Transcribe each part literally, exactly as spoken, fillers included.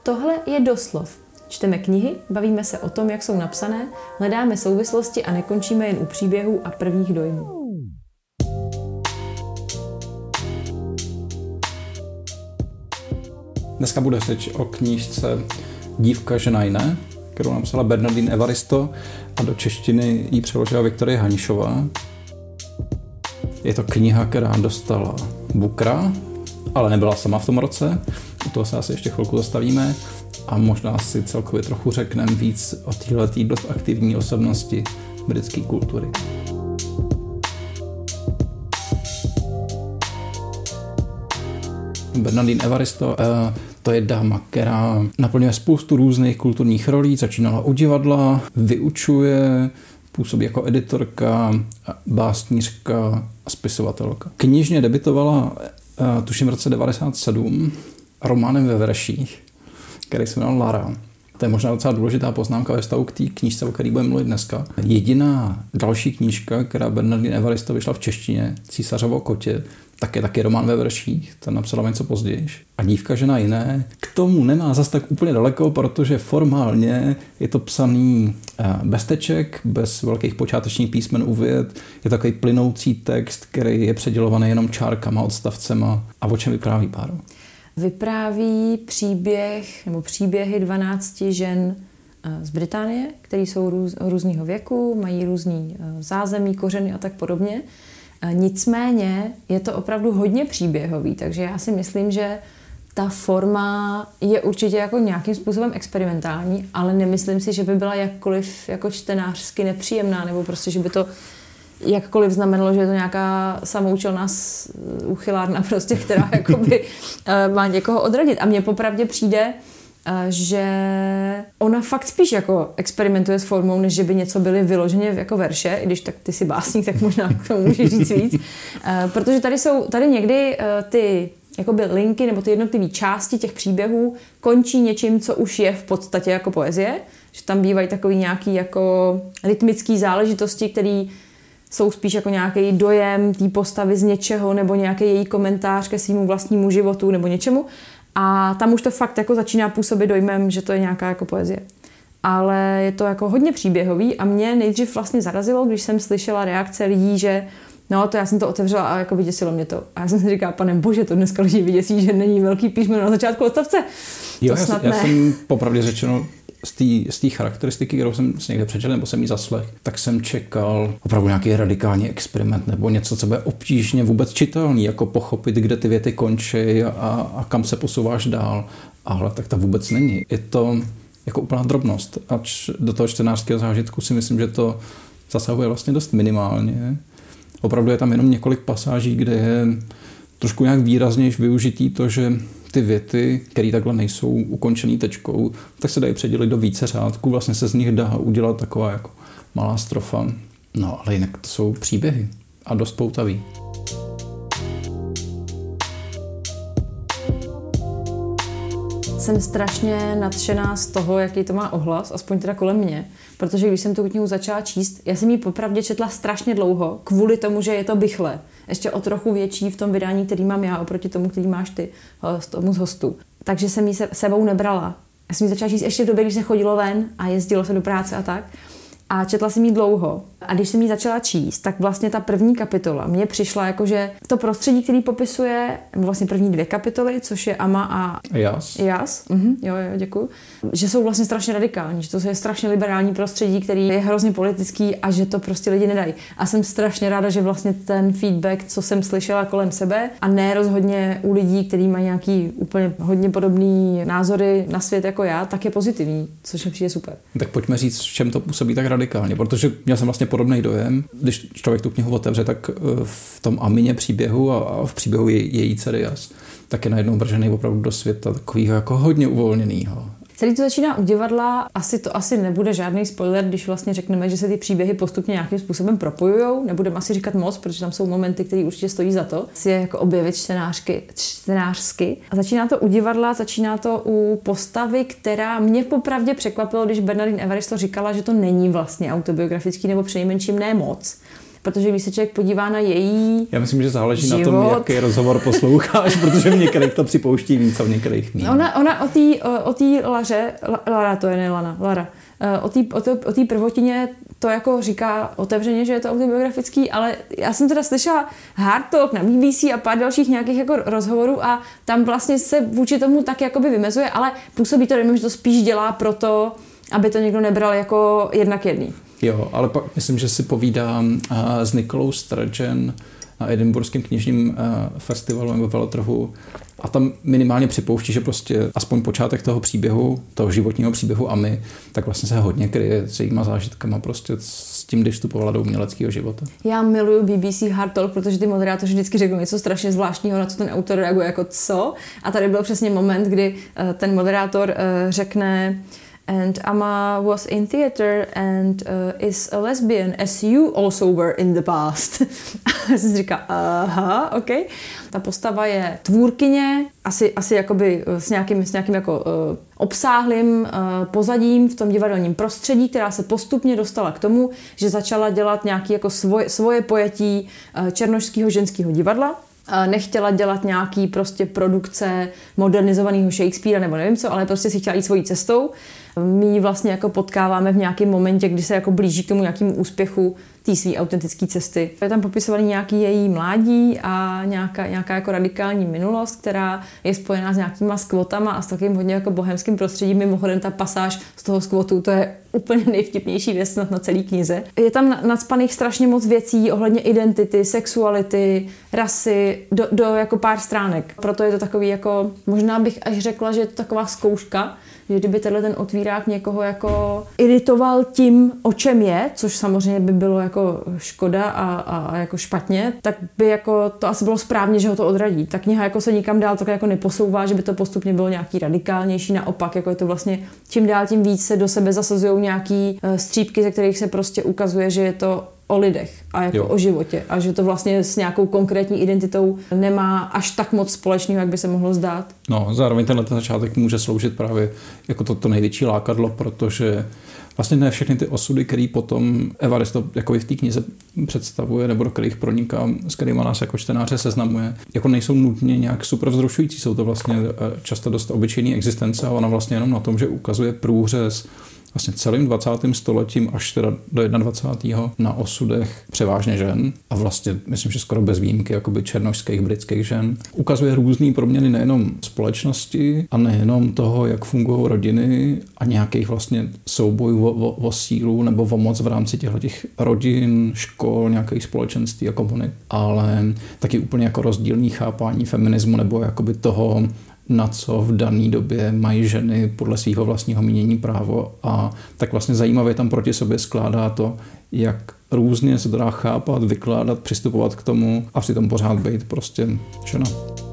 tohle je doslov. Čteme knihy, bavíme se o tom, jak jsou napsané, hledáme souvislosti a nekončíme jen u příběhů a prvních dojmů. Dneska bude řeč o knížce Dívka, žena jiné, kterou napsala Bernardine Evaristo a do češtiny ji přeložila Viktorie Hanišová. Je to kniha, která dostala Bookera, ale nebyla sama v tom roce. U toho se asi ještě chvilku zastavíme a možná si celkově trochu řekneme víc o téhletý dost aktivní osobnosti britské kultury. Bernardine Evaristo to je dáma, která naplňuje spoustu různých kulturních rolí, začínala u divadla, vyučuje, působí jako editorka, básnířka a spisovatelka. Knižně debitovala tuším v roce devadesát sedm románem ve verších, který se jmenoval Lara. To je možná docela důležitá poznámka ve vztahu k té knížce, o které budeme mluvit dneska. Jediná další knížka, která Bernardine Evaristo vyšla v češtině, Císařovo kotě, tak je taky román ve verších, ten napsala něco později. A Dívka, žena jiné, k tomu nemá zas tak úplně daleko, protože formálně je to psaný bez teček, bez velkých počátečních písmen u vět. Je takový plynoucí text, který je předělovaný jenom čárkama, odstavcema. A o čem vypráví, Páro? Vypráví příběh nebo příběhy dvanácti žen z Británie, které jsou růz, různého věku, mají různý zázemí, kořeny a tak podobně. Nicméně je to opravdu hodně příběhový, takže já si myslím, že ta forma je určitě jako nějakým způsobem experimentální, ale nemyslím si, že by byla jakkoliv jako čtenářsky nepříjemná, nebo prostě, že by to jakkoliv znamenalo, že je to nějaká samoučelná úchylárna, prostě, která jakoby má někoho odradit. A mně popravdě přijde, že ona fakt spíš jako experimentuje s formou, než že by něco byly vyloženě jako verše, i když tak ty jsi básník, tak možná k tomu můžeš říct víc. Protože tady jsou, tady někdy ty jakoby linky nebo ty jednotlivé části těch příběhů končí něčím, co už je v podstatě jako poezie, že tam bývají takový nějaký jako rytmický záležitosti, které jsou spíš jako nějaký dojem té postavy z něčeho nebo nějaký její komentář ke svému vlastnímu životu nebo něčemu. A tam už to fakt jako začíná působit dojmem, že to je nějaká jako poezie. Ale je to jako hodně příběhový a mě nejdřív vlastně zarazilo, když jsem slyšela reakce lidí, že no to já jsem to otevřela a jako vyděsilo mě to. A já jsem si říkala, pane bože, to dneska lidi vyděsí, že není velký písmeno na začátku odstavce. Jo, já, já jsem popravdě řečeno z té charakteristiky, kterou jsem si někde přečetl, nebo jsem ji zaslech, tak jsem čekal opravdu nějaký radikální experiment nebo něco, co bude obtížně vůbec čitelný, jako pochopit, kde ty věty končí a, a kam se posouváš dál. Ale tak to vůbec není. Je to jako úplná drobnost. Ač do toho čtenářského zážitku si myslím, že to zasahuje vlastně dost minimálně. Opravdu je tam jenom několik pasáží, kde je trošku nějak výraznější využití to, že ty věty, které takhle nejsou ukončený tečkou, tak se dají předělit do více řádků, vlastně se z nich dá udělat taková jako malá strofa. No, ale jinak to jsou příběhy a dost poutavý. Jsem strašně nadšená z toho, jaký to má ohlas, aspoň teda kolem mě, protože když jsem tu knihu začala číst, já jsem ji popravdě četla strašně dlouho, kvůli tomu, že je to bychle. Ještě o trochu větší v tom vydání, který mám já, oproti tomu, který máš ty, z tomu z hostů. Takže jsem ji se sebou nebrala. Já jsem ji začala číst ještě v době, když se chodilo ven a jezdilo se do práce a tak. A četla jsem ji dlouho. A když jsem ji začala číst, tak vlastně ta první kapitola mně přišla jako, že to prostředí, který popisuje, vlastně první dvě kapitoly, což je Ama a Jas. Jas. Mhm, jo, jo, děkuju. Že jsou vlastně strašně radikální, že to je strašně liberální prostředí, který je hrozně politický a že to prostě lidi nedají. A jsem strašně ráda, že vlastně ten feedback, co jsem slyšela kolem sebe, a ne rozhodně u lidí, kteří mají nějaký úplně hodně podobný názory na svět jako já, tak je pozitivní, což mi přijde super. Tak pojďme říct, v čem to působí tak radikálně, protože měl jsem vlastně podobný dojem, když člověk tu knihu otevře, tak v tom Amině příběhu a v příběhu její dcery Jas, tak je najednou vržený opravdu do světa takového jako hodně uvolněného. Celý to začíná u divadla, asi to asi nebude žádný spoiler, když vlastně řekneme, že se ty příběhy postupně nějakým způsobem propojujou. Nebudeme asi říkat moc, protože tam jsou momenty, které určitě stojí za to. Si je jako objevit čtenářky, čtenářsky. A začíná to u divadla, začíná to u postavy, která mě popravdě překvapilo, když Bernardine Evaristo říkala, že to není vlastně autobiografický nebo přinejmenším ne moc. protože když se člověk podívá na její Já myslím, že záleží život, na tom, jaký rozhovor posloucháš, protože v některých to připouští víc a v některých méně. Ona, ona o té o té Laře, Lara to je, ne Lana, Lara, o té o té prvotině to jako říká otevřeně, že je to autobiografický, ale já jsem teda slyšela Hard Talk na B B C a pár dalších nějakých jako rozhovorů a tam vlastně se vůči tomu tak jakoby vymezuje, ale působí to, nevím, že to spíš dělá proto, aby to někdo nebral jako jednak jedný. Jo, ale pak myslím, že si povídám s Nicolou Sturgeon na Edinburghském knižním festivalu nebo veletrhu a tam minimálně připouští, že prostě aspoň počátek toho příběhu, toho životního příběhu a my, tak vlastně se hodně kryje s jejíma zážitkama prostě s tím, když vstupovala do uměleckého života. Já miluju B B C Hard Talk, protože ty moderátoři vždycky řeknou něco strašně zvláštního, na co ten autor reaguje jako co. A tady byl přesně moment, kdy ten moderátor řekne And Amma was in theater and uh, is a lesbian as you also were in the past. A já jsem si říkala, aha, ok. Ta postava je tvůrkyně, asi, asi jakoby s nějakým, s nějakým jako uh, obsáhlým uh, pozadím v tom divadelním prostředí, která se postupně dostala k tomu, že začala dělat nějaké jako svoje, svoje pojetí uh, černošského ženského divadla. Nechtěla dělat nějaký prostě produkce modernizovaného Shakespearea nebo nevím co, ale prostě si chtěla jít svojí cestou. My ji vlastně jako potkáváme v nějakém momentě, kdy se jako blíží k tomu nějakému úspěchu té své autentické cesty. Je tam popisovaný nějaký její mládí a nějaká, nějaká jako radikální minulost, která je spojená s nějakýma skvotama a s takovým hodně jako bohemským prostředím. Mimochodem ta pasáž z toho skvotu, to je úplně nejvtipnější věc na celé knize. Je tam nacpaných strašně moc věcí ohledně identity, sexuality, rasy, do, do jako pár stránek. Proto je to takový jako, možná bych až řekla, že je to taková zkouška, že kdyby tenhle ten otvírák někoho jako iritoval tím, o čem je, což samozřejmě by bylo jako škoda a, a, a jako špatně, tak by jako to asi bylo správně, že ho to odradí. Ta kniha jako se nikam dál tak jako neposouvá, že by to postupně bylo nějaký radikálnější, naopak jako je to vlastně čím dál tím víc se do sebe zasazují nějaký střípky, ze kterých se prostě ukazuje, že je to o lidech a jako jo. o životě a že to vlastně s nějakou konkrétní identitou nemá až tak moc společného, jak by se mohlo zdát. No, zároveň tenhle ten začátek může sloužit právě jako to, to největší lákadlo, protože vlastně ne všechny ty osudy, které potom Evaristo jako v té knize představuje nebo do kterých proniká, s kterými nás jako čtenáře seznamuje, jako nejsou nutně nějak super vzrušující, jsou to vlastně často dost obyčejný existence a ona vlastně jenom na tom, že ukazuje průřez vlastně celým dvacátým stoletím až teda do dvacátého prvního na osudech převážně žen a vlastně myslím, že skoro bez výjimky jakoby černošských britských žen. Ukazuje různý proměny nejenom společnosti a nejenom toho, jak fungují rodiny a nějakých vlastně soubojů o, o, o sílu nebo o moc v rámci těchto těch rodin, škol, nějakých společenství a komunit, ale taky úplně jako rozdílný chápání feminismu nebo jakoby toho, na co v dané době mají ženy podle svého vlastního mínění právo a tak vlastně zajímavě tam proti sobě skládá to, jak různě se dá chápat, vykládat, přistupovat k tomu a přitom pořád být prostě žena.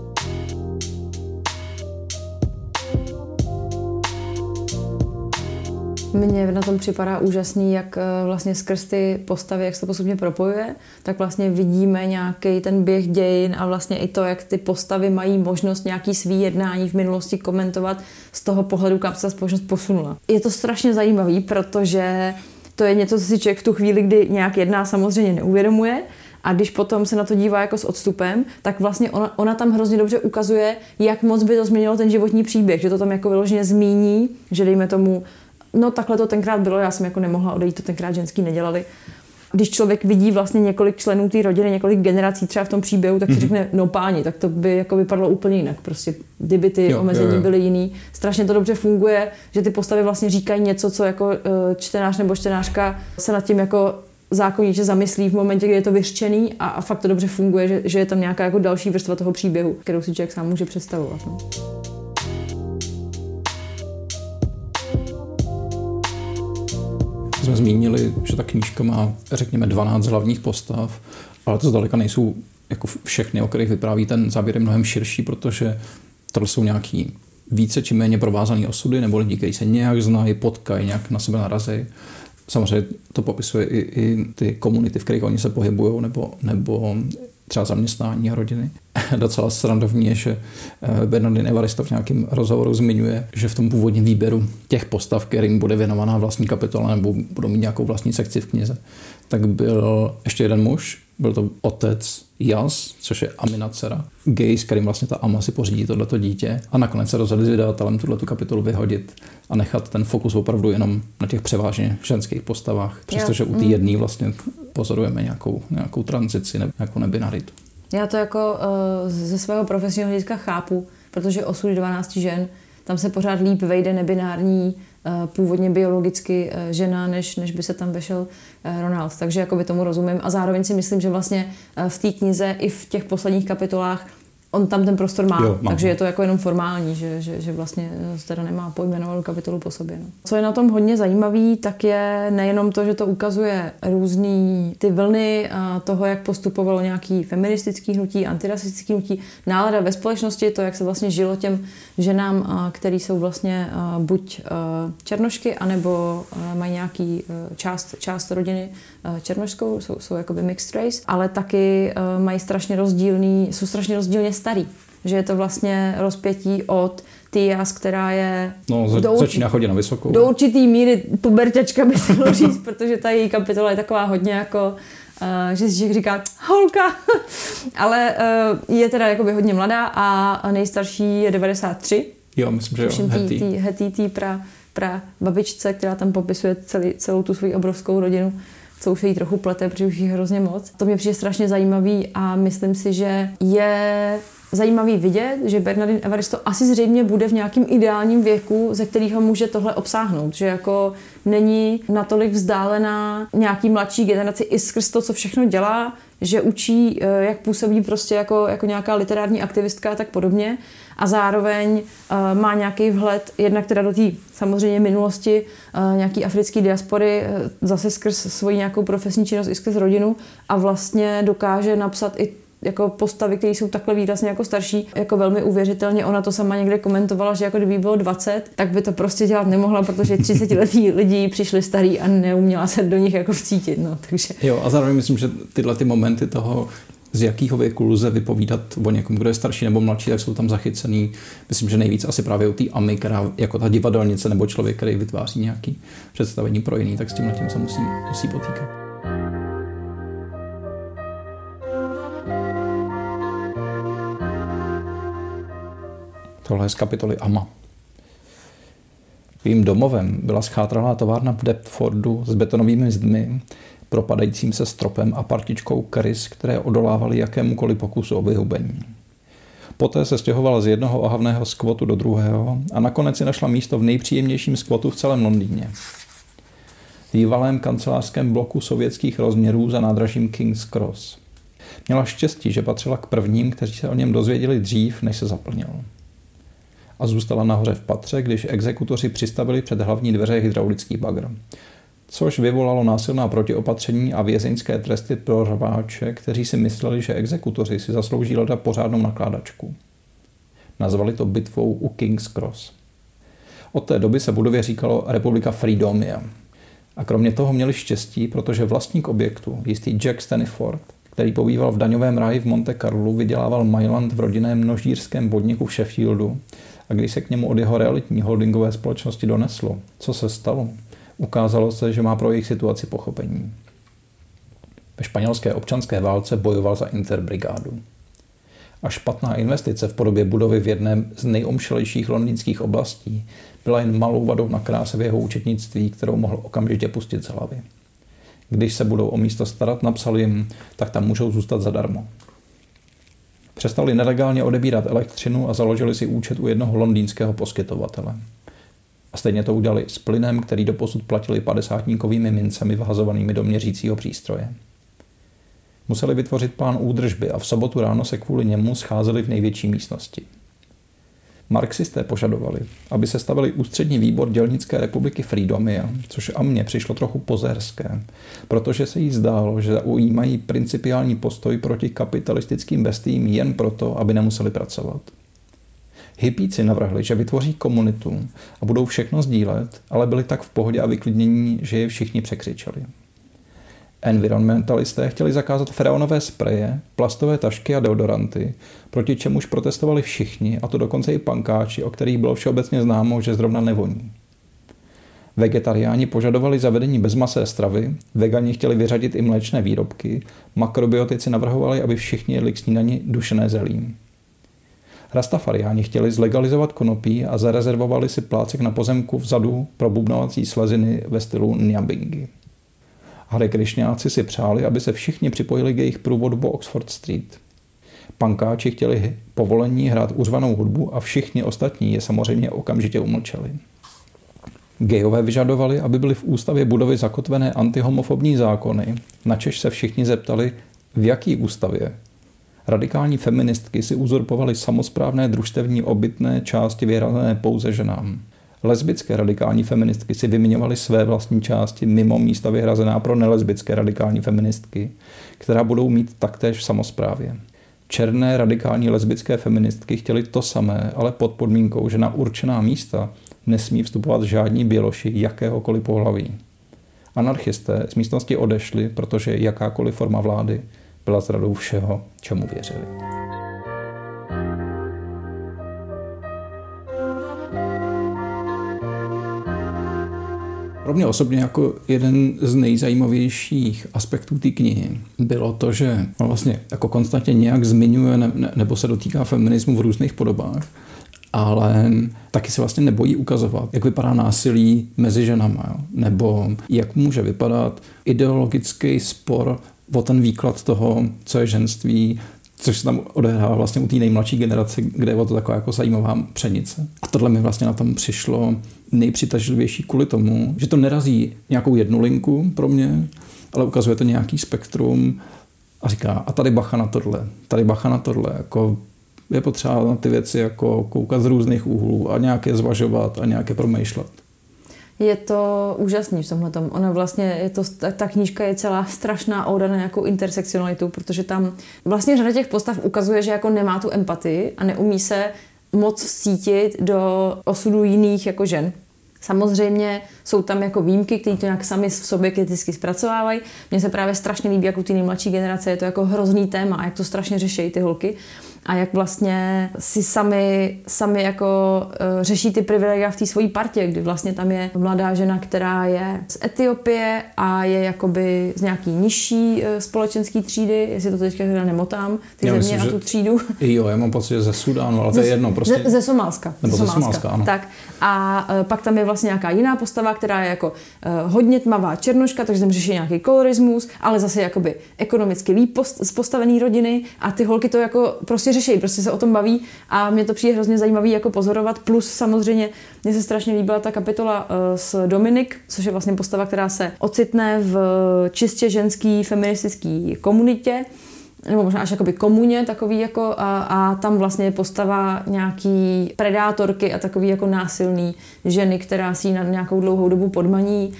Mně na tom připadá úžasný, jak vlastně skrz ty postavy, jak se to postupně propojuje, tak vlastně vidíme nějaký ten běh dějin a vlastně i to, jak ty postavy mají možnost nějaký svý jednání v minulosti komentovat z toho pohledu, kam se ta společnost posunula. Je to strašně zajímavý, protože to je něco, co si člověk v tu chvíli, kdy nějak jedná, samozřejmě neuvědomuje. A když potom se na to dívá jako s odstupem, tak vlastně ona, ona tam hrozně dobře ukazuje, jak moc by to změnilo ten životní příběh, že to tam jako vyloženě zmíní, že dejme tomu, no takhle to tenkrát bylo, já jsem jako nemohla odejít, to tenkrát ženský nedělali. Když člověk vidí vlastně několik členů té rodiny, několik generací třeba v tom příběhu, tak si mm-hmm. řekne, no páni, tak to by jako vypadalo úplně jinak. Prostě kdyby ty jo, omezení jo, jo. byly jiný. Strašně to dobře funguje, že ty postavy vlastně říkají něco, co jako čtenář nebo čtenářka se nad tím jako zákonitě zamyslí v momentě, kdy je to vyřčený a, a fakt to dobře funguje, že, že je tam nějaká jako další vrstva toho příběhu, kterou si člověk sám může představovat. No. Jsme zmínili, že ta knížka má, řekněme, dvanáct hlavních postav, ale to zdaleka nejsou jako všechny, o kterých vypráví ten záběr je mnohem širší, protože tohle jsou nějaký více či méně provázané osudy nebo lidi, kteří se nějak znají, potkají, nějak na sebe narazí. Samozřejmě to popisuje i, i ty komunity, v kterých oni se pohybují, nebo, nebo třeba zaměstnání a rodiny. Docela srandovní je, že Bernardin Evaristo v nějakém rozhovoru zmiňuje, že v tom původním výběru těch postav, kterým bude věnovaná vlastní kapitola nebo budou mít nějakou vlastní sekci v knize, tak byl ještě jeden muž, byl to otec Jas, což je Amina dcera, gay, s kterým vlastně ta Ama si pořídí tohleto dítě a nakonec se rozhodli s vydavatelem tuhletu kapitolu vyhodit a nechat ten fokus opravdu jenom na těch převážně ženských postavách, přestože u té jedné vlastně pozorujeme nějakou, nějakou tranzici nebo nějakou nebinaritu. Já to jako uh, ze svého profesního hlediska chápu, protože osud dvanácti žen, tam se pořád líp vejde nebinární, uh, původně biologicky uh, žena, než, než by se tam vešel uh, Ronald. Takže jakoby tomu rozumím a zároveň si myslím, že vlastně uh, v té knize i v těch posledních kapitolách on tam ten prostor má, jo, takže je to jako jenom formální, že, že, že vlastně teda nemá pojmenovanou kapitolu po sobě. No. Co je na tom hodně zajímavý, tak je nejenom to, že to ukazuje různý ty vlny toho, jak postupovalo nějaký feministický hnutí, antirasistický hnutí, nálada ve společnosti, to, jak se vlastně žilo těm ženám, který jsou vlastně buď černošky, anebo mají nějaký část, část rodiny černošskou, jsou, jsou jakoby mixed race, ale taky mají strašně rozdílný, jsou strašně rozdílně starý. Že je to vlastně rozpětí od Tyas, která je... No, za, do, začíná chodit na vysokou. Do určitý míry puberťačka by se mělo říct, protože ta její kapitola je taková hodně jako, uh, že si říká holka, ale uh, je teda jakoby hodně mladá a nejstarší je devadesát tři. Jo, myslím, že jo, Hetty. Hetty, tý pra, pra babičce, která tam popisuje celý, celou tu svoji obrovskou rodinu, co už se jí trochu plete, protože už jí hrozně moc. To mě přijde strašně zajímavý a myslím si, že je zajímavý vidět, že Bernardin Evaristo asi zřejmě bude v nějakém ideálním věku, ze kterého může tohle obsáhnout. Že jako není natolik vzdálená nějaký mladší generaci i skrz to, co všechno dělá, že učí, jak působí prostě jako, jako nějaká literární aktivistka a tak podobně. A zároveň uh, má nějaký vhled jednak teda do té samozřejmě minulosti uh, nějaký africké diaspory, uh, zase skrz svoji nějakou profesní činnost i skrz rodinu a vlastně dokáže napsat i jako postavy, které jsou takhle výrazně jako starší, jako velmi uvěřitelně. Ona to sama někde komentovala, že jako kdyby bylo dvacet, tak by to prostě dělat nemohla, protože třicetiletí lidi přišli starý a neuměla se do nich jako vcítit. No, takže... Jo, a zároveň myslím, že tyhle ty momenty toho, z jakého věku lze vypovídat o někom, kdo je starší nebo mladší, tak jsou tam zachycený. Myslím, že nejvíc asi právě u té Amy, která jako ta divadelnice nebo člověk, který vytváří nějaký představení pro jiný, tak s tímhle tím se musí, musí potýkat. Tohle je z kapitoly Ama. Jejím domovem byla schátralá továrna v Deptfordu s betonovými zdmi, propadajícím se stropem a partičkou krys, které odolávaly jakémukoliv pokusu o vyhubení. Poté se stěhovala z jednoho ohavného skvotu do druhého a nakonec si našla místo v nejpříjemnějším skvotu v celém Londýně. V bývalém kancelářském bloku sovětských rozměrů za nádražím King's Cross. Měla štěstí, že patřila k prvním, kteří se o něm dozvěděli dřív, než se zaplnil. A zůstala nahoře v patře, když exekutoři přistavili před hlavní dveře hydraulický bagr. Což vyvolalo násilná protiopatření a vězeňské tresty pro rváče, kteří si mysleli, že exekutoři si zaslouží leda pořádnou nakládačku. Nazvali to bitvou u King's Cross. Od té doby se budově říkalo Republika Freedomia. A kromě toho měli štěstí, protože vlastník objektu, jistý Jack Staniford, který pobýval v daňovém ráji v Monte Carlu, vydělával Mailand v rodinném množírském podniku v Sheffieldu a když se k němu od jeho realitní holdingové společnosti doneslo, co se stalo, ukázalo se, že má pro jejich situaci pochopení. Ve španělské občanské válce bojoval za interbrigádu. A špatná investice v podobě budovy v jedné z nejomšelejších londýnských oblastí byla jen malou vadou na kráse v jeho účetnictví, kterou mohl okamžitě pustit z hlavy. Když se budou o místo starat, napsal jim, tak tam můžou zůstat zadarmo. Přestali nelegálně odebírat elektřinu a založili si účet u jednoho londýnského poskytovatele. A stejně to udělali s plynem, který doposud platili padesátníkovými mincemi vhazovanými do měřícího přístroje. Museli vytvořit plán údržby a v sobotu ráno se kvůli němu scházeli v největší místnosti. Marxisté požadovali, aby se stavili ústřední výbor dělnické republiky Freedomia, což a mně přišlo trochu pozérské, protože se jí zdálo, že zaujímají principiální postoj proti kapitalistickým bestím jen proto, aby nemuseli pracovat. Hippíci navrhli, že vytvoří komunitu a budou všechno sdílet, ale byli tak v pohodě a vyklidnění, že je všichni překřičeli. Environmentalisté chtěli zakázat freonové spreje, plastové tašky a deodoranty, proti čemuž protestovali všichni, a to dokonce i pankáči, o kterých bylo všeobecně známo, že zrovna nevoní. Vegetariáni požadovali zavedení bezmasé stravy, vegani chtěli vyřadit i mléčné výrobky, makrobiotici navrhovali, aby všichni jedli k snídani dušené zelí. Rastafariáni chtěli zlegalizovat konopí a zarezervovali si plácek na pozemku vzadu pro bubnovací sleziny ve stylu Nyambingi. Hare Krišňáci si přáli, aby se všichni připojili k jejich průvodu po Oxford Street. Pankáči chtěli povolení hrát uřvanou hudbu a všichni ostatní je samozřejmě okamžitě umlčeli. Gejové vyžadovali, aby byly v ústavě budovy zakotvené antihomofobní zákony, načež se všichni zeptali, v jaký ústavě. Radikální feministky si uzurpovaly samosprávné družstevní obytné části vyhrazené pouze ženám. Lesbické radikální feministky si vyměňovaly své vlastní části mimo místa vyhrazená pro nelesbické radikální feministky, která budou mít taktéž v samosprávě. Černé radikální lesbické feministky chtěly to samé, ale pod podmínkou, že na určená místa nesmí vstupovat žádní běloši jakéhokoliv pohlaví. Anarchisté z místnosti odešli, protože jakákoliv forma vlády byla zradou všeho, čemu věřili. Pro mě osobně jako jeden z nejzajímavějších aspektů té knihy bylo to, že on vlastně jako konstantně nějak zmiňuje ne, ne, nebo se dotýká feminismu v různých podobách, ale taky se vlastně nebojí ukazovat, jak vypadá násilí mezi ženama, jo? Nebo jak může vypadat ideologický spor o ten výklad toho, co je ženství, což se tam odehrává vlastně u té nejmladší generace, kde je o to taková jako zajímavá pšenice. A tohle mi vlastně na tom přišlo nejpřitažlivější kvůli tomu, že to nerazí nějakou jednu linku pro mě, ale ukazuje to nějaký spektrum a říká, a tady bacha na tohle, tady bacha na tohle, jako je potřeba na ty věci jako koukat z různých úhlů a nějaké zvažovat a nějaké promýšlet. Je to úžasný v tomhletom. Ona vlastně, je to, ta, ta knížka je celá strašná óda na nějakou intersekcionalitu, protože tam vlastně řada těch postav ukazuje, že jako nemá tu empatii a neumí se moc vcítit do osudu jiných jako žen. Samozřejmě jsou tam jako výjimky, které to nějak sami v sobě kriticky zpracovávají. Mně se právě strašně líbí, jak u té nejmladší generace je to jako hrozný téma a jak to strašně řeší ty holky. A jak vlastně si sami, sami jako uh, řeší ty privilegia v té svojí partě, kdy vlastně tam je mladá žena, která je z Etiopie a je jakoby z nějaký nižší uh, společenské třídy, jestli to teďka nemotám, ty já země myslím, a tu třídu. Jo, já mám pocit, že ze Sudánu, ale to je jedno prostě. Ze, ze Somálska. Nebo ze Somálska, ano. Tak. A uh, pak tam je vlastně nějaká jiná postava, která je jako uh, hodně tmavá černoška, takže tam řeší nějaký kolorismus, ale zase jakoby ekonomicky líp post, postavený rodiny a ty holky to jako prostě řeší, prostě se o tom baví a mě to přijde hrozně zajímavý jako pozorovat. Plus samozřejmě mně se strašně líbila ta kapitola uh, s Dominik, což je vlastně postava, která se ocitne v čistě ženský feministický komunitě, nebo možná až jakoby komuně takový jako a, a tam vlastně je postava nějaký predátorky a takový jako násilný ženy, která si ji na nějakou dlouhou dobu podmaní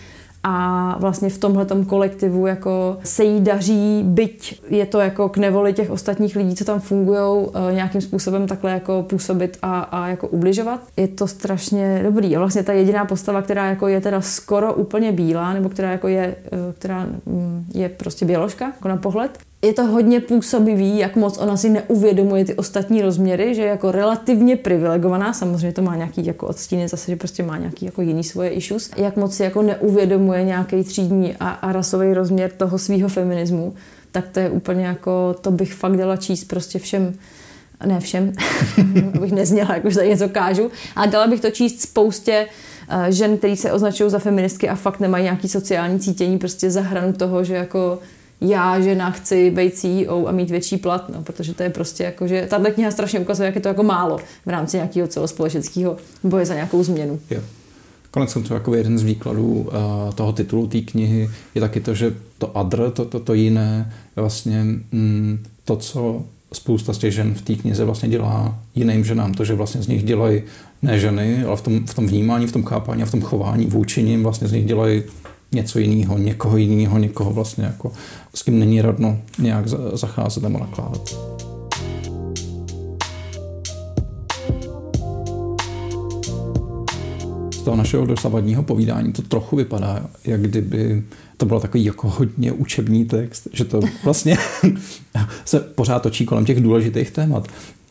a vlastně v tomhletom kolektivu jako se jí daří, byť je to jako k nevoli těch ostatních lidí, co tam fungujou, nějakým způsobem takhle jako působit a, a jako ubližovat. Je to strašně dobrý. A vlastně ta jediná postava, která jako je teda skoro úplně bílá, nebo která jako je, která je prostě běložka, jako na pohled, je to hodně působivý, jak moc ona si neuvědomuje ty ostatní rozměry, že je jako relativně privilegovaná, samozřejmě to má nějaký jako odstíny, zase, že prostě má nějaký jako jiný svoje issues, jak moc si jako neuvědomuje nějaký třídní a, a rasový rozměr toho svýho feminismu, tak to je úplně jako, to bych fakt dala číst prostě všem, ne všem, abych nezněla, jakože tady něco kážu, ale dala bych to číst spoustě uh, žen, který se označují za feministky a fakt nemají nějaký sociální cítění prostě za hranu toho, že jako já, žena, chci být C E O a mít větší plat, no, protože to je prostě jako, že tato kniha strašně ukazuje, jak je to jako málo v rámci nějakého celospolečenského boje za nějakou změnu. Jo. Konec konců jako jeden z výkladů uh, toho titulu té knihy je taky to, že to other, to, to, to jiné, vlastně mm, to, co spousta z těch žen v té knize vlastně dělá jiným ženám, to, že vlastně z nich dělají ne ženy, ale v tom, v tom vnímání, v tom chápání a v tom chování vůči nim vlastně z nich dělají něco jiného, někoho jiného, někoho vlastně jako s kým není radno nějak zacházet nebo nakládat. Z toho našeho dosavadního povídání to trochu vypadá, jak kdyby to bylo takový jako hodně učební text, že to vlastně se pořád točí kolem těch důležitých témat.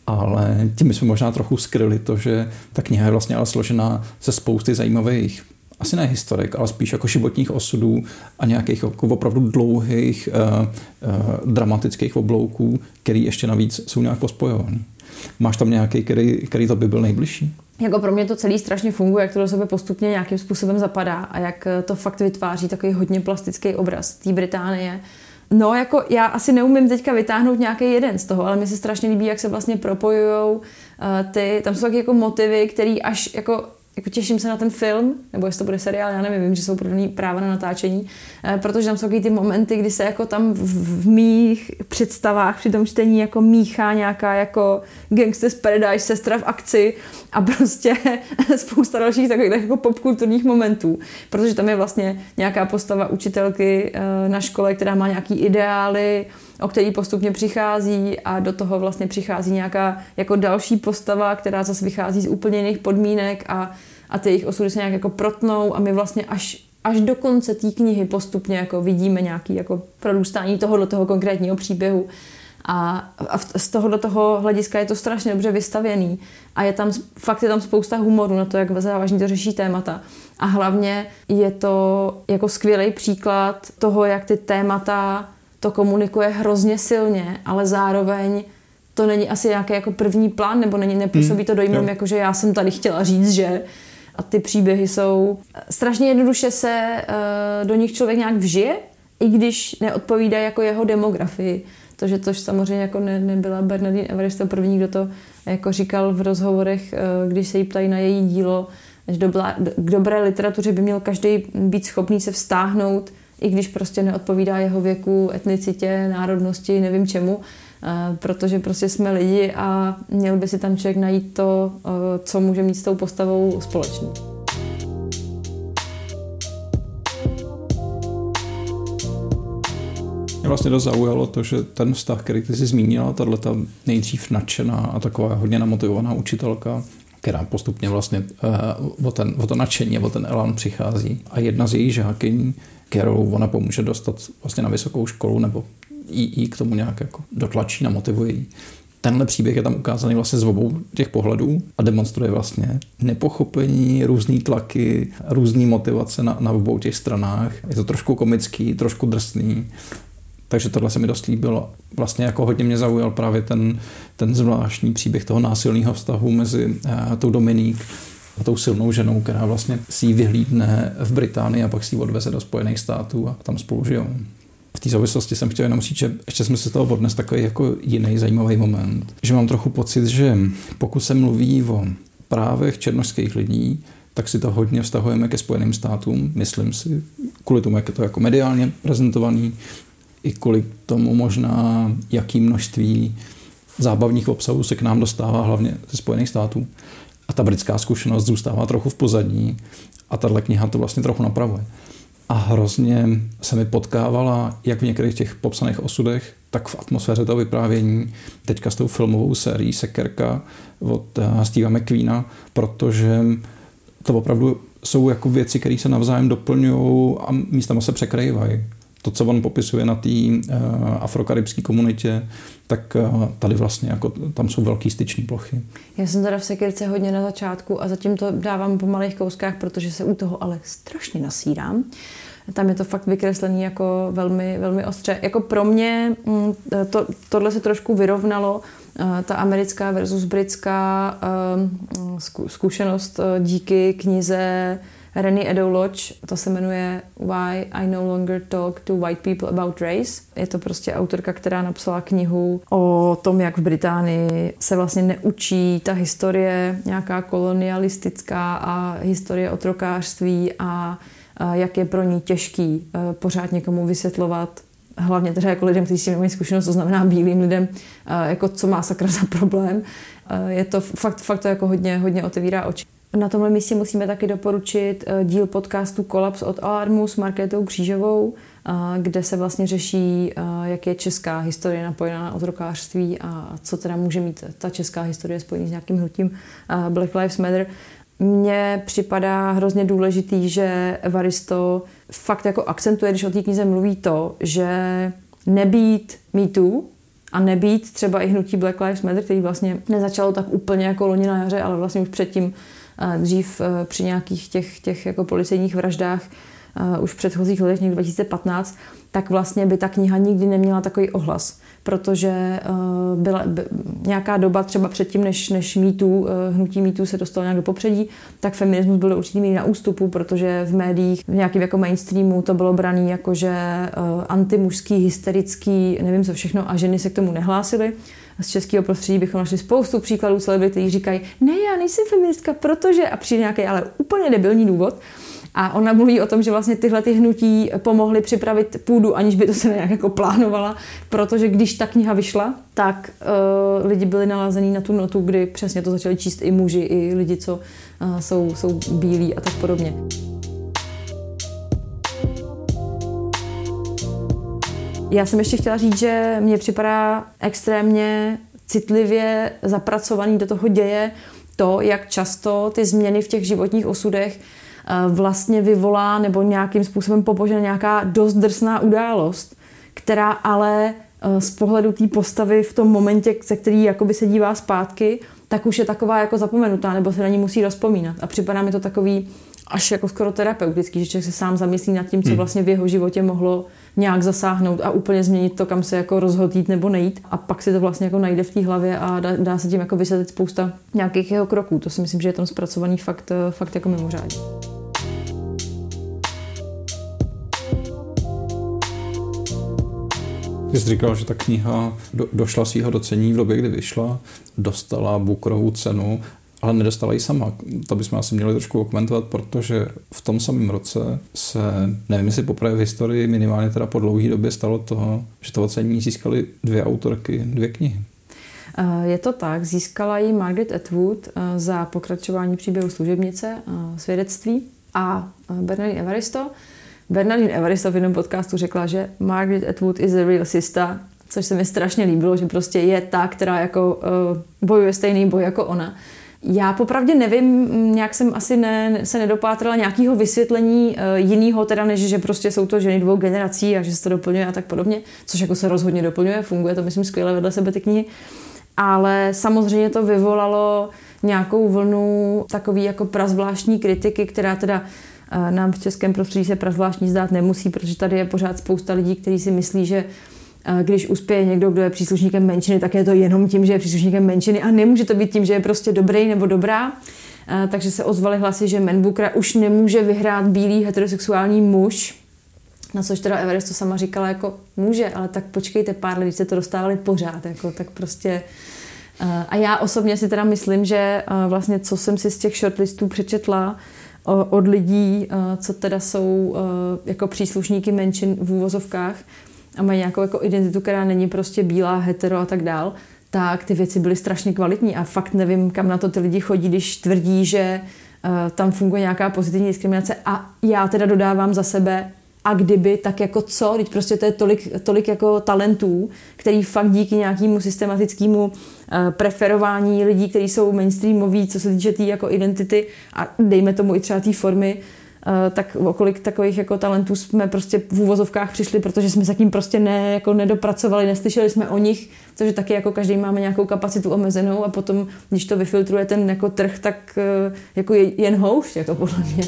Ale tím jsme možná trochu skryli to, že ta kniha je vlastně ale složená ze spousty zajímavých, asi ne historik, ale spíš jako životních osudů a nějakých jako opravdu dlouhých uh, uh, dramatických oblouků, který ještě navíc jsou nějak pospojovaný. Máš tam nějaký, který, který to by byl nejbližší? Jako pro mě to celý strašně funguje, jak to do sebe postupně nějakým způsobem zapadá a jak to fakt vytváří takový hodně plastický obraz té Británie. No, jako já asi neumím teďka vytáhnout nějaký jeden z toho, ale mi se strašně líbí, jak se vlastně propojujou uh, ty, tam jsou taky jako motivy, který až jako Jako těším se na ten film, nebo jestli to bude seriál, já nevím, vím, že jsou prodaný práva na natáčení, protože tam jsou taky ty momenty, kdy se jako tam v, v mých představách při tom čtení jako míchá nějaká jako Gangsters Paradise, sestra v akci a prostě spousta dalších takových jako popkulturních momentů, protože tam je vlastně nějaká postava učitelky na škole, která má nějaký ideály, o který postupně přichází a do toho vlastně přichází nějaká jako další postava, která zase vychází z úplně jiných podmínek a, a ty jejich osudy se nějak jako protnou a my vlastně až, až do konce té knihy postupně jako vidíme nějaký jako prorůstání toho do toho konkrétního příběhu a, a z toho do toho hlediska je to strašně dobře vystavěný a je tam, fakt je tam spousta humoru na to, jak závažně to řeší témata a hlavně je to jako skvělý příklad toho, jak ty témata to komunikuje hrozně silně, ale zároveň to není asi nějaký jako první plán, nebo není, nepůsobí to dojmem, hmm, jako že já jsem tady chtěla říct, že a ty příběhy jsou strašně jednoduše se uh, do nich člověk nějak vžije, i když neodpovídají jako jeho demografii. To, že tož samozřejmě jako ne, nebyla Bernardine Everiss to první, kdo to jako říkal v rozhovorech, uh, když se jí ptají na její dílo, že do, k dobré literatuře by měl každý být schopný se vztáhnout, i když prostě neodpovídá jeho věku, etnicitě, národnosti, nevím čemu, protože prostě jsme lidi a měl by si tam člověk najít to, co může mít s tou postavou společný. Mě vlastně dost zaujalo to, že ten vztah, který ty jsi zmínila, tato nejdřív nadšená a taková hodně namotivovaná učitelka, která postupně vlastně uh, o, ten, o to nadšení a o ten elán přichází. A jedna z jejich žákyní, kterou ona pomůže dostat vlastně na vysokou školu nebo jí k tomu nějak jako dotlačí, namotivuje jí. Tenhle příběh je tam ukázaný vlastně z obou těch pohledů a demonstruje vlastně nepochopení, různý tlaky, různý motivace na, na obou těch stranách. Je to trošku komický, trošku drsný. Takže tohle se mi dost líbilo. Vlastně jako hodně mě zaujal právě ten, ten zvláštní příběh toho násilného vztahu mezi uh, tou Dominique a tou silnou ženou, která vlastně si ji vyhlídne v Británii a pak si ji odveze do Spojených států a tam spolu žijou. V té souvislosti jsem chtěl jenom říct, že ještě jsme se z toho odnes takový jako jiný zajímavý moment. Že mám trochu pocit, že pokud se mluví o právech černošských lidí, tak si to hodně vztahujeme ke Spojeným státům, myslím si, kvůli tomu, jak je to jako mediálně prezentovaný, i kvůli tomu možná, jaký množství zábavních obsahů se k nám dostává hlavně ze Spojených států. A ta britská zkušenost zůstává trochu v pozadí a tahle kniha to vlastně trochu napravuje. A hrozně se mi potkávala jak v některých těch popsaných osudech, tak v atmosféře toho vyprávění, teďka s tou filmovou sérií Sekerka od Steva McQueena, protože to opravdu jsou jako věci, které se navzájem doplňují a místama se překrývají. To, co on popisuje na té uh, afrokaribské komunitě, tak uh, tady vlastně jako tam jsou velký styční plochy. Já jsem teda v Sekerce hodně na začátku a zatím to dávám po malých kouskách, protože se u toho ale strašně nasírám. Tam je to fakt vykreslený jako velmi, velmi ostře. Jako pro mě to, tohle se trošku vyrovnalo, ta americká versus britská zkušenost díky knize Renny Edo Lodge, to se jmenuje Why I No Longer Talk to White People About Race. Je to prostě autorka, která napsala knihu o tom, jak v Británii se vlastně neučí ta historie nějaká kolonialistická a historie otrokářství a jak je pro ní těžký pořád někomu vysvětlovat, hlavně teda jako lidem, kteří si nemají zkušenost, to znamená bílým lidem, jako co má sakra za problém. Je to fakt, fakt to jako hodně, hodně otevírá oči. Na tomhle místě musíme taky doporučit díl podcastu Kolaps od Alarmu s Markétou Křížovou, kde se vlastně řeší, jak je česká historie napojená na otrokářství a co teda může mít ta česká historie spojená s nějakým hnutím Black Lives Matter. mně připadá hrozně důležitý, že Evaristo fakt jako akcentuje, když o té knize mluví to, že nebýt mýtů a nebýt třeba i hnutí Black Lives Matter, který vlastně nezačalo tak úplně jako loni na jaře, ale vlastně už předtím dřív při nějakých těch, těch jako policejních vraždách už v předchozích letech, někdy dva tisíce patnáct, tak vlastně by ta kniha nikdy neměla takový ohlas, protože byla nějaká doba třeba předtím, než, než mýtů, hnutí mýtů se dostalo nějak do popředí, tak feminismus byl do určitý míry na ústupu, protože v médiích, v nějakém jako mainstreamu to bylo braný jako, že antimužský, hysterický, nevím co všechno a ženy se k tomu nehlásily. Z českého prostředí bychom našli spoustu příkladů celebrit, kteří říkají, ne, já nejsem feministka, protože, a přijde nějaký ale úplně debilní důvod. A ona mluví o tom, že vlastně tyhle ty hnutí pomohly připravit půdu, aniž by to se nějak jako plánovala, protože když ta kniha vyšla, tak uh, lidi byli nalázení na tu notu, kdy přesně to začali číst i muži, i lidi, co uh, jsou, jsou bílí a tak podobně. Já jsem ještě chtěla říct, že mně připadá extrémně citlivě zapracovaný do toho děje to, jak často ty změny v těch životních osudech vlastně vyvolá nebo nějakým způsobem popožene nějaká dost drsná událost, která ale z pohledu té postavy v tom momentě, ze který jakoby se dívá zpátky, tak už je taková jako zapomenutá nebo se na ní musí rozpomínat. A připadá mi to takový až jako skoro terapeutický, že člověk se sám zamyslí nad tím, co vlastně v jeho životě mohlo nějak zasáhnout a úplně změnit to, kam se jako rozhodl jít nebo nejít. A pak si to vlastně jako najde v té hlavě a dá, dá se tím jako vysvětlit spousta nějakých jeho kroků. To si myslím, že je tam zpracovaný fakt, fakt jako mimořádně. Ty jsi říkal, že ta kniha do, došla svýho docení v době, kdy vyšla, dostala Bookerovu cenu, ale nedostala ji sama. To bychom asi měli trošku komentovat, protože v tom samém roce se, nevím jestli poprvé v historii, minimálně teda po dlouhé době stalo toho, že to ocenění získaly dvě autorky, dvě knihy. Je to tak, získala ji Margaret Atwood za pokračování příběhu služebnice, svědectví a Bernardine Evaristo. Bernardine Evaristo v jednom podcastu řekla, že Margaret Atwood is a real sister, což se mi strašně líbilo, že prostě je ta, která jako uh, bojuje stejný boj jako ona. Já popravdě nevím, nějak jsem asi ne, se nedopátrala nějakého vysvětlení uh, jinýho, teda než že prostě jsou to ženy dvou generací a že se to doplňuje a tak podobně, což jako se rozhodně doplňuje, funguje to myslím skvěle vedle sebe ty knihy. Ale samozřejmě to vyvolalo nějakou vlnu takový jako prazvláštní kritiky, která teda nám v českém prostředí se prazvláštní zdát nemusí, protože tady je pořád spousta lidí, kteří si myslí, že když uspěje někdo, kdo je příslušníkem menšiny, tak je to jenom tím, že je příslušníkem menšiny a nemůže to být tím, že je prostě dobrý nebo dobrá. Takže se ozvaly hlasy, že Man Bookera už nemůže vyhrát bílý heterosexuální muž, na což teda Evaristo sama říkala, jako může, ale tak počkejte pár let, když se to dostávali pořád, jako, tak prostě... A já osobně si teda myslím, že vlastně, co jsem si z těch shortlistů přečetla, od lidí, co teda jsou jako příslušníky menšin v úvozovkách a mají nějakou jako identitu, která není prostě bílá, hetero a tak dál, tak ty věci byly strašně kvalitní a fakt nevím, kam na to ty lidi chodí, když tvrdí, že tam funguje nějaká pozitivní diskriminace a já teda dodávám za sebe, a kdyby, tak jako co? Teď prostě to je tolik, tolik jako talentů, který fakt díky nějakému systematickému uh, preferování lidí, kteří jsou mainstreamoví, co se týče té jako identity a dejme tomu i třeba té formy, uh, tak o kolik takových jako talentů jsme prostě v úvozovkách přišli, protože jsme se k ním prostě ne, jako nedopracovali, neslyšeli jsme o nich, což taky jako každý máme nějakou kapacitu omezenou a potom, když to vyfiltruje ten jako trh, tak uh, jako je jen houšť, jako podle mě.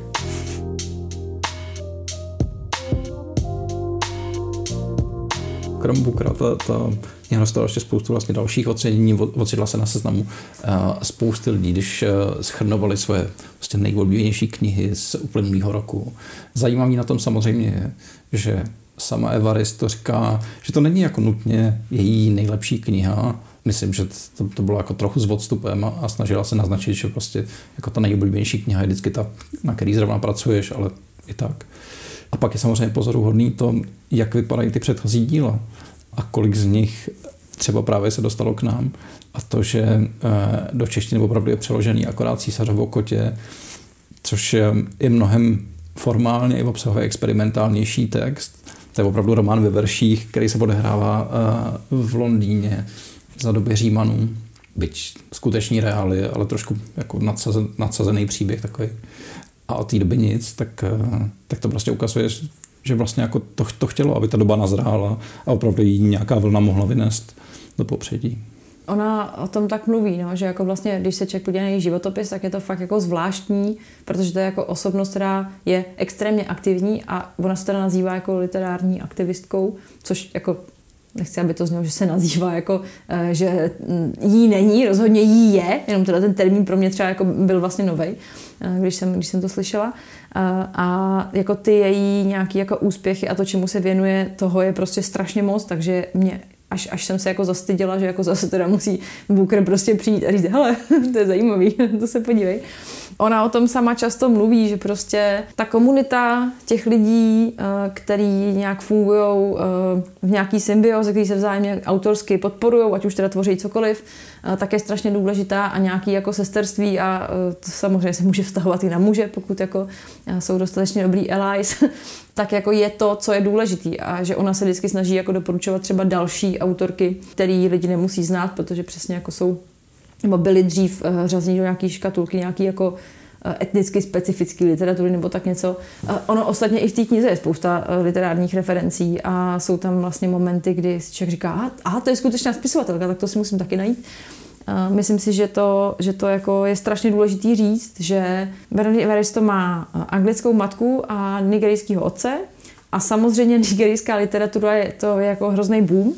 Krom Bookera, ta, ta kniha dostala ještě spoustu vlastně dalších ocenění, ocitla se na seznamu spousty lidí, když shrnovali svoje vlastně nejoblíbenější knihy z uplynulého roku. Zajímavý na tom samozřejmě je, že sama Evaristo říká, že to není jako nutně její nejlepší kniha. Myslím, že to, to bylo jako trochu s odstupem a, a snažila se naznačit, že prostě jako ta nejoblíbenější kniha je vždycky ta, na který zrovna pracuješ, ale i tak. A pak je samozřejmě pozoruhodný to, jak vypadají ty předchozí díla a kolik z nich třeba právě se dostalo k nám. A to, že do češtiny opravdu je přeložený akorát Císařovo kotě, což je mnohem formálně i obsahově experimentálnější text. To je opravdu román ve verších, který se odehrává v Londýně za doby Římanů. byť skutečný reály, ale trošku jako nadsazen, nadsazený příběh takový. A od té doby nic, tak, tak to prostě ukazuje, že vlastně jako to, to chtělo, aby ta doba nazrála a opravdu jí nějaká vlna mohla vynést do popředí. Ona o tom tak mluví, no, že jako vlastně, když se člověk podívá na její životopis, tak je to fakt jako zvláštní, protože to je jako osobnost, která je extrémně aktivní a ona se teda nazývá jako literární aktivistkou, což jako nechci, aby to znělo, že se nazývá jako, že jí není, rozhodně jí je, jenom teda ten termín pro mě třeba jako byl vlastně novej, když jsem, když jsem to slyšela. A jako ty její nějaký jako úspěchy a to, čemu se věnuje, toho je prostě strašně moc, takže mě Až, až jsem se jako zastyděla, že jako zase teda musí Booker prostě přijít a říct, hele, to je zajímavý, to se podívej. Ona o tom sama často mluví, že prostě ta komunita těch lidí, který nějak fungují v nějaký symbioze, který se vzájemně autorsky podporují, ať už teda tvoří cokoliv, tak je strašně důležitá a nějaký jako sesterství a to samozřejmě se může vztahovat i na muže, pokud jako jsou dostatečně dobrý allies, tak jako je to, co je důležitý a že ona se vždycky snaží jako doporučovat třeba další autorky, který lidi nemusí znát, protože přesně jako jsou nebo byly dřív uh, řazení do nějaký škatulky, nějaký jako uh, etnicky specifický literatury nebo tak něco. Uh, ono ostatně i v té knize je spousta uh, literárních referencí a jsou tam vlastně momenty, kdy si člověk říká, aha, aha, to je skutečná spisovatelka, tak to si musím taky najít. Uh, myslím si, že to, že to jako je strašně důležitý říct, že Bernie Evaristo má anglickou matku a nigerijského otce a samozřejmě nigerijská literatura je to je jako hrozný boom,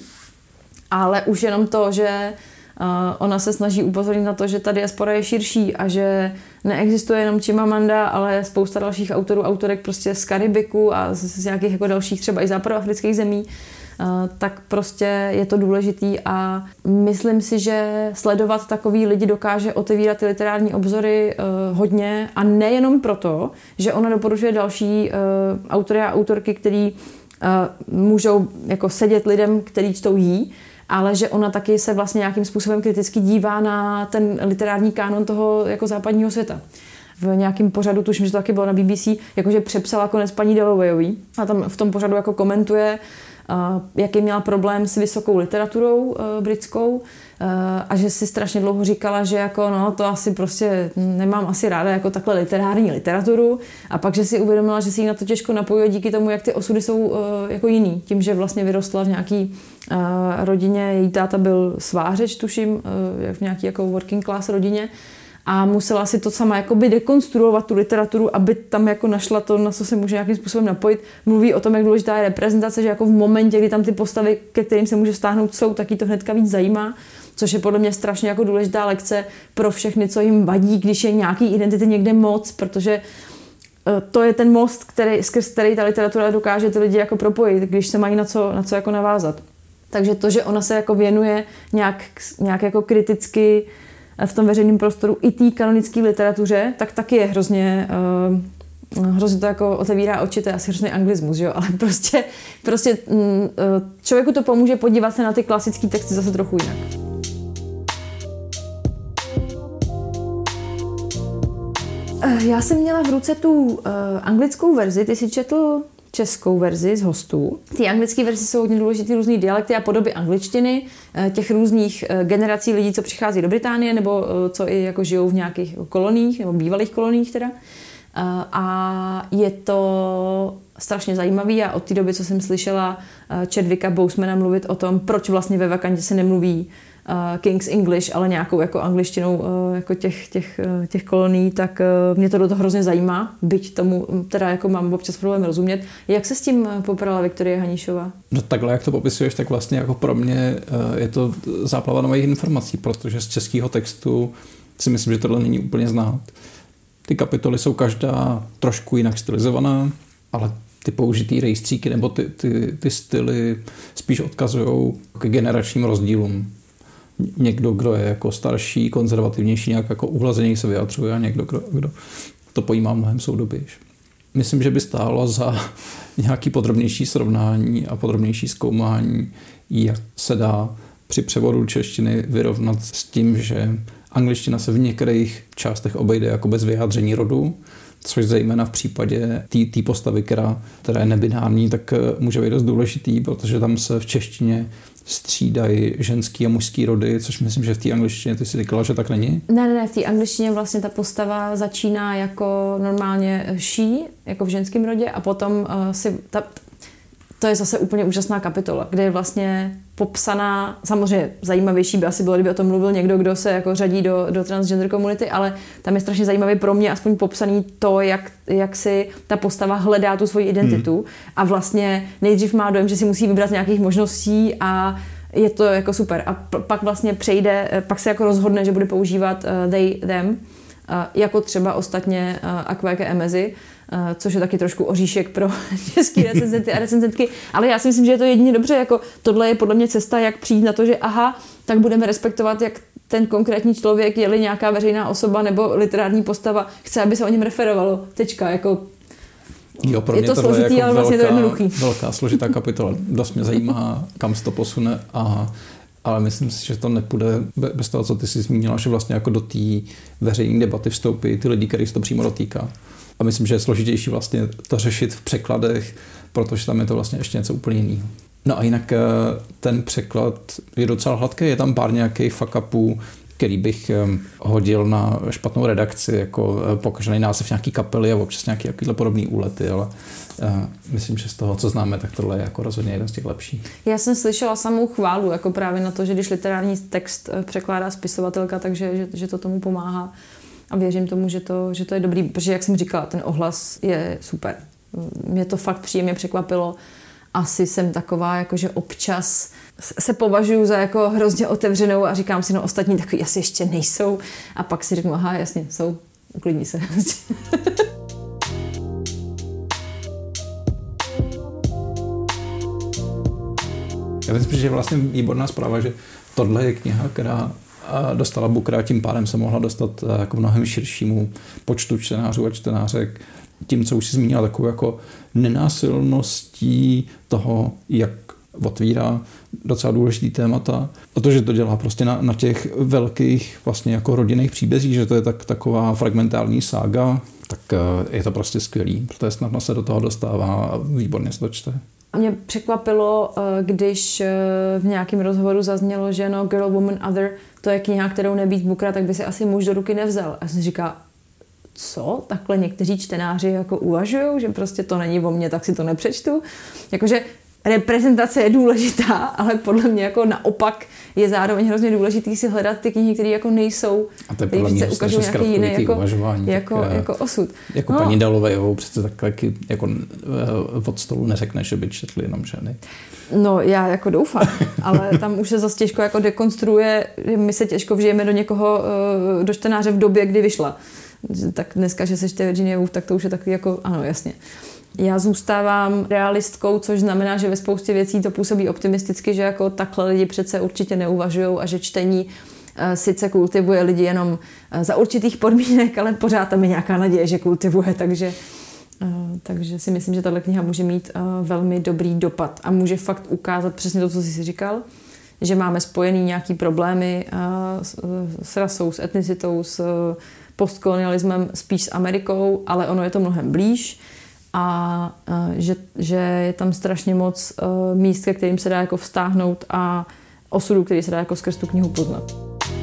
ale už jenom to, že Uh, ona se snaží upozornit na to, že ta diaspora je širší a že neexistuje jenom Chimamanda, ale spousta dalších autorů, autorek prostě z Karibiku a z, z nějakých jako dalších třeba i západoafrických zemí, uh, tak prostě je to důležitý a myslím si, že sledovat takový lidi dokáže otevírat ty literární obzory uh, hodně a nejenom proto, že ona doporučuje další uh, autory a autorky, který uh, můžou jako sedět lidem, který čtou jí, ale že ona taky se vlastně nějakým způsobem kriticky dívá na ten literární kánon toho jako západního světa. V nějakém pořadu, tuším, že to taky bylo na B B C, jakože přepsala konec paní Dallowayový a tam v tom pořadu jako komentuje, uh, jaký měla problém s vysokou literaturou uh, britskou uh, a že si strašně dlouho říkala, že jako no to asi prostě nemám asi ráda jako takhle literární literaturu a pak, že si uvědomila, že si jí na to těžko napojuje díky tomu, jak ty osudy jsou uh, jako jiný. Tím, že vlastně vyrostla v nějaký uh, rodině, její táta byl svářeč, tuším, uh, v nějaký jako working class rodině a musela si to sama jakoby dekonstruovat tu literaturu, aby tam jako našla to, na co se může nějakým způsobem napojit. Mluví o tom, jak důležitá je reprezentace, že jako v momentě, kdy tam ty postavy, ke kterým se může vztáhnout, jsou, taky to hnedka víc zajímá, což je podle mě strašně jako důležitá lekce pro všechny, co jim vadí, když je nějaký identity někde moc, protože to je ten most, který, skrz který ta literatura dokáže ty lidi jako propojit, když se mají na co, na co jako navázat. Takže to, že ona se jako věnuje nějak, nějak jako kriticky v tom veřejném prostoru i té kanonické literatuře, tak taky je hrozně, uh, hrozně to jako otevírá oči, to je asi hrozný anglismus, že jo? Ale prostě, prostě uh, člověku to pomůže podívat se na ty klasické texty zase trochu jinak. Uh, já jsem měla v ruce tu uh, anglickou verzi, ty si četl českou verzi z hostů. Ty anglické verze jsou hodně důležité, různý dialekty a podoby angličtiny, těch různých generací lidí, co přichází do Británie, nebo co i jako žijou v nějakých koloniích, nebo bývalých koloniích teda. A je to strašně zajímavý a od té doby, co jsem slyšela Chadwicka Bosemana mluvit o tom, proč vlastně ve Wakandě se nemluví King's English, ale nějakou jako angličtinou jako těch, těch, těch kolonií, tak mě to do toho hrozně zajímá, byť tomu teda jako mám občas problém rozumět. Jak se s tím poprala Viktorie Haníšová? No takhle, jak to popisuješ, tak vlastně jako pro mě je to záplava nových informací, protože z českého textu si myslím, že tohle není úplně znát. Ty kapitoly jsou každá trošku jinak stylizovaná, ale ty použitý rejstříky nebo ty, ty, ty styly spíš odkazují k generačním rozdílům. Někdo, kdo je jako starší, konzervativnější, nějak jako uhlazeněji se vyjadřuje a někdo, kdo, kdo to pojímá mnohem soudobější. Myslím, že by stálo za nějaký podrobnější srovnání a podrobnější zkoumání, jak se dá při převodu češtiny vyrovnat s tím, že angličtina se v některých částech obejde jako bez vyjádření rodu, což zejména v případě té postavy, která, která je nebinární, tak může být dost důležitý, protože tam se v češtině střídají ženský a mužský rody, což myslím, že v té angličtině ty si říkala, že tak není? Ne, ne, ne, v té angličtině vlastně ta postava začíná jako normálně she, jako v ženském rodě a potom uh, si... Ta, to je zase úplně úžasná kapitola, kde je vlastně popsaná, samozřejmě zajímavější by asi bylo, kdyby o tom mluvil někdo, kdo se jako řadí do, do transgender komunity, ale tam je strašně zajímavý pro mě aspoň popsaný to, jak, jak si ta postava hledá tu svoji identitu hmm. a vlastně nejdřív má dojem, že si musí vybrat z nějakých možností a je to jako super. A p- pak vlastně přejde, pak se jako rozhodne, že bude používat uh, they, them, uh, jako třeba ostatně uh, akvéke emezy, Uh, což je taky trošku oříšek pro český recenzenty a recenzentky, ale já si myslím, že je to jedině dobře, jako tohle je podle mě cesta, jak přijít na to, že aha, tak budeme respektovat, jak ten konkrétní člověk, je-li nějaká veřejná osoba nebo literární postava, chce, aby se o něm referovalo. Tečka, jako jo, pro mě je to tohle složitý, je jako ale vlastně velká, to jednoduchý. Velká složitá kapitola. Dost mě zajímá, kam se to posune, a, ale myslím si, že to nepůjde bez toho, co ty jsi zmínila, že vlastně jako do té veřejné debaty vstoupí ty lidi, kterých se to přímo dotýká. A myslím, že je složitější vlastně to řešit v překladech, protože tam je to vlastně ještě něco úplně jiného. No a jinak ten překlad je docela hladký, je tam pár nějakých fuck-upů, který bych hodil na špatnou redakci, jako pokažený název nějaký kapely a občas nějaký takovýhle podobný úlety, ale myslím, že z toho, co známe, tak tohle je jako rozhodně jeden z těch lepších. Já jsem slyšela samou chválu, jako právě na to, že když literární text překládá spisovatelka, takže že, že to tomu pomáhá. A věřím tomu, že to, že to je dobrý, protože jak jsem říkala, ten ohlas je super. Mě to fakt příjemně překvapilo. Asi jsem taková, jakože občas se považuji za jako hrozně otevřenou a říkám si, no ostatní takový asi ještě nejsou. A pak si řeknu, aha, jasně, jsou, uklidni se. Já myslím, že je vlastně výborná zpráva, že tohle je kniha, která a dostala Bookera, tím pádem se mohla dostat jako mnohem širšímu počtu čtenářů a čtenářek. Tím, co už si zmínila, takovou jako nenásilností toho, jak otvírá docela důležitý témata. A to, že to dělá prostě na, na těch velkých vlastně jako rodinných příbězích, že to je tak, taková fragmentární sága, tak je to prostě skvělý, protože snadno se do toho dostává a výborně se to čte. Mě překvapilo, když v nějakém rozhovoru zaznělo, že no Girl, Woman, Other, to je kniha, kterou nebýt Bookera, tak by si asi muž do ruky nevzal. A jsem říkala, co? Takhle někteří čtenáři jako uvažujou, že prostě to není o mně, tak si to nepřečtu. Jakože reprezentace je důležitá, ale podle mě jako naopak je zároveň hrozně důležitý si hledat ty knihy, které jako nejsou, které se ukážou nějaký jiný jako, jako, jako osud. Jako no. Paní Dalovejovou přece takhle jako od stolu neřekneš, že by četli jenom ženy. No já jako doufám, ale tam už se zase těžko jako dekonstruuje, my se těžko vžijeme do někoho, do čtenáře v době, kdy vyšla. Tak dneska, že seš Virginia Woolf, tak to už je takový jako, ano, jasně. Já zůstávám realistkou, což znamená, že ve spoustě věcí to působí optimisticky, že jako takhle lidi přece určitě neuvažujou a že čtení uh, sice kultivuje lidi jenom uh, za určitých podmínek, ale pořád tam je nějaká naděje, že kultivuje, takže, uh, takže si myslím, že tato kniha může mít uh, velmi dobrý dopad a může fakt ukázat přesně to, co jsi si říkal, že máme spojený nějaký problémy uh, s, s rasou, s etnicitou, s uh, postkolonialismem, spíš s Amerikou, ale ono je to mnohem blíž. A uh, že, že je tam strašně moc uh, míst, ke kterým se dá jako vztáhnout a osudů, který se dá jako skrz tu knihu poznat.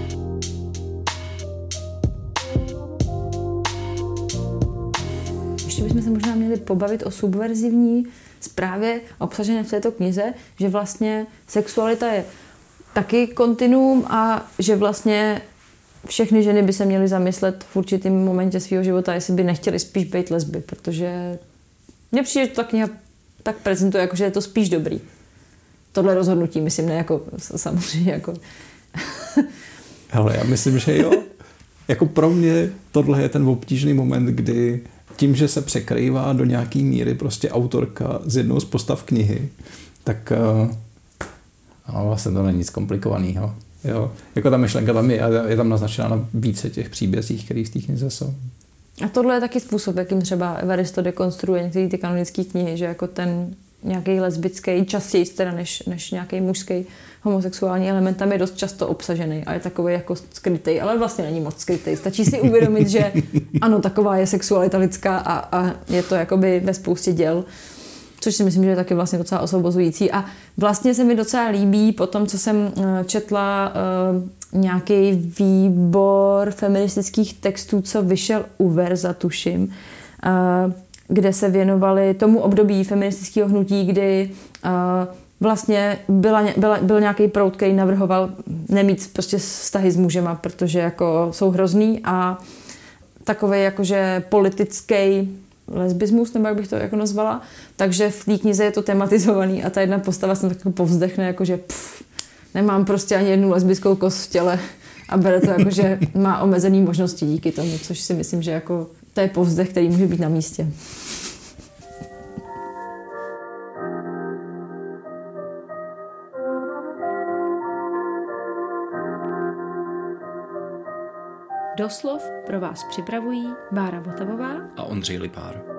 Ještě bychom se možná měli pobavit o subverzivní zprávě obsažené v této knize, že vlastně sexualita je taky kontinuum a že vlastně všechny ženy by se měly zamyslet v určitém momentě svého života, jestli by nechtěly spíš být lesby, protože mně přijde, že ta kniha tak prezentuje, jako, že je to spíš dobrý. Tohle rozhodnutí, myslím, ne jako samozřejmě jako... Hele, já myslím, že jo. Jako pro mě tohle je ten obtížný moment, kdy tím, že se překrývá do nějaký míry prostě autorka z jednou z postav knihy, tak no, vlastně to není nic komplikovaného. Jo. Jako ta myšlenka tam je, je tam naznačena na více těch příbězích, které v té knize jsou. A tohle je taky způsob, jakým třeba Evaristo dekonstruuje některé ty kanonické knihy, že jako ten nějaký lesbický, častěji teda než, než nějaký mužský homosexuální element tam je dost často obsažený a je takový jako skrytej, ale vlastně není moc skrytej. Stačí si uvědomit, že ano, taková je sexualita lidská a, a je to jakoby ve spoustě děl. což si myslím, že je taky vlastně docela osvobozující. A vlastně se mi docela líbí po tom, co jsem četla uh, nějaký výbor feministických textů, co vyšel u Verza, tuším, uh, kde se věnovali tomu období feministického hnutí, kdy uh, vlastně byla, byla, byl nějaký proud, který navrhoval nemít prostě vztahy s mužema, protože jako jsou hrozný a takovej jakože politický lesbismus, nebo jak bych to jako nazvala. Takže v té knize je to tematizovaný a ta jedna postava se tak jako povzdechne, jakože pff, nemám prostě ani jednu lesbickou kost v těle a bere to jako, že má omezený možnosti díky tomu, což si myslím, že jako to je povzdech, který může být na místě. Doslov pro vás připravují Bára Votavová a Ondřej Lipár.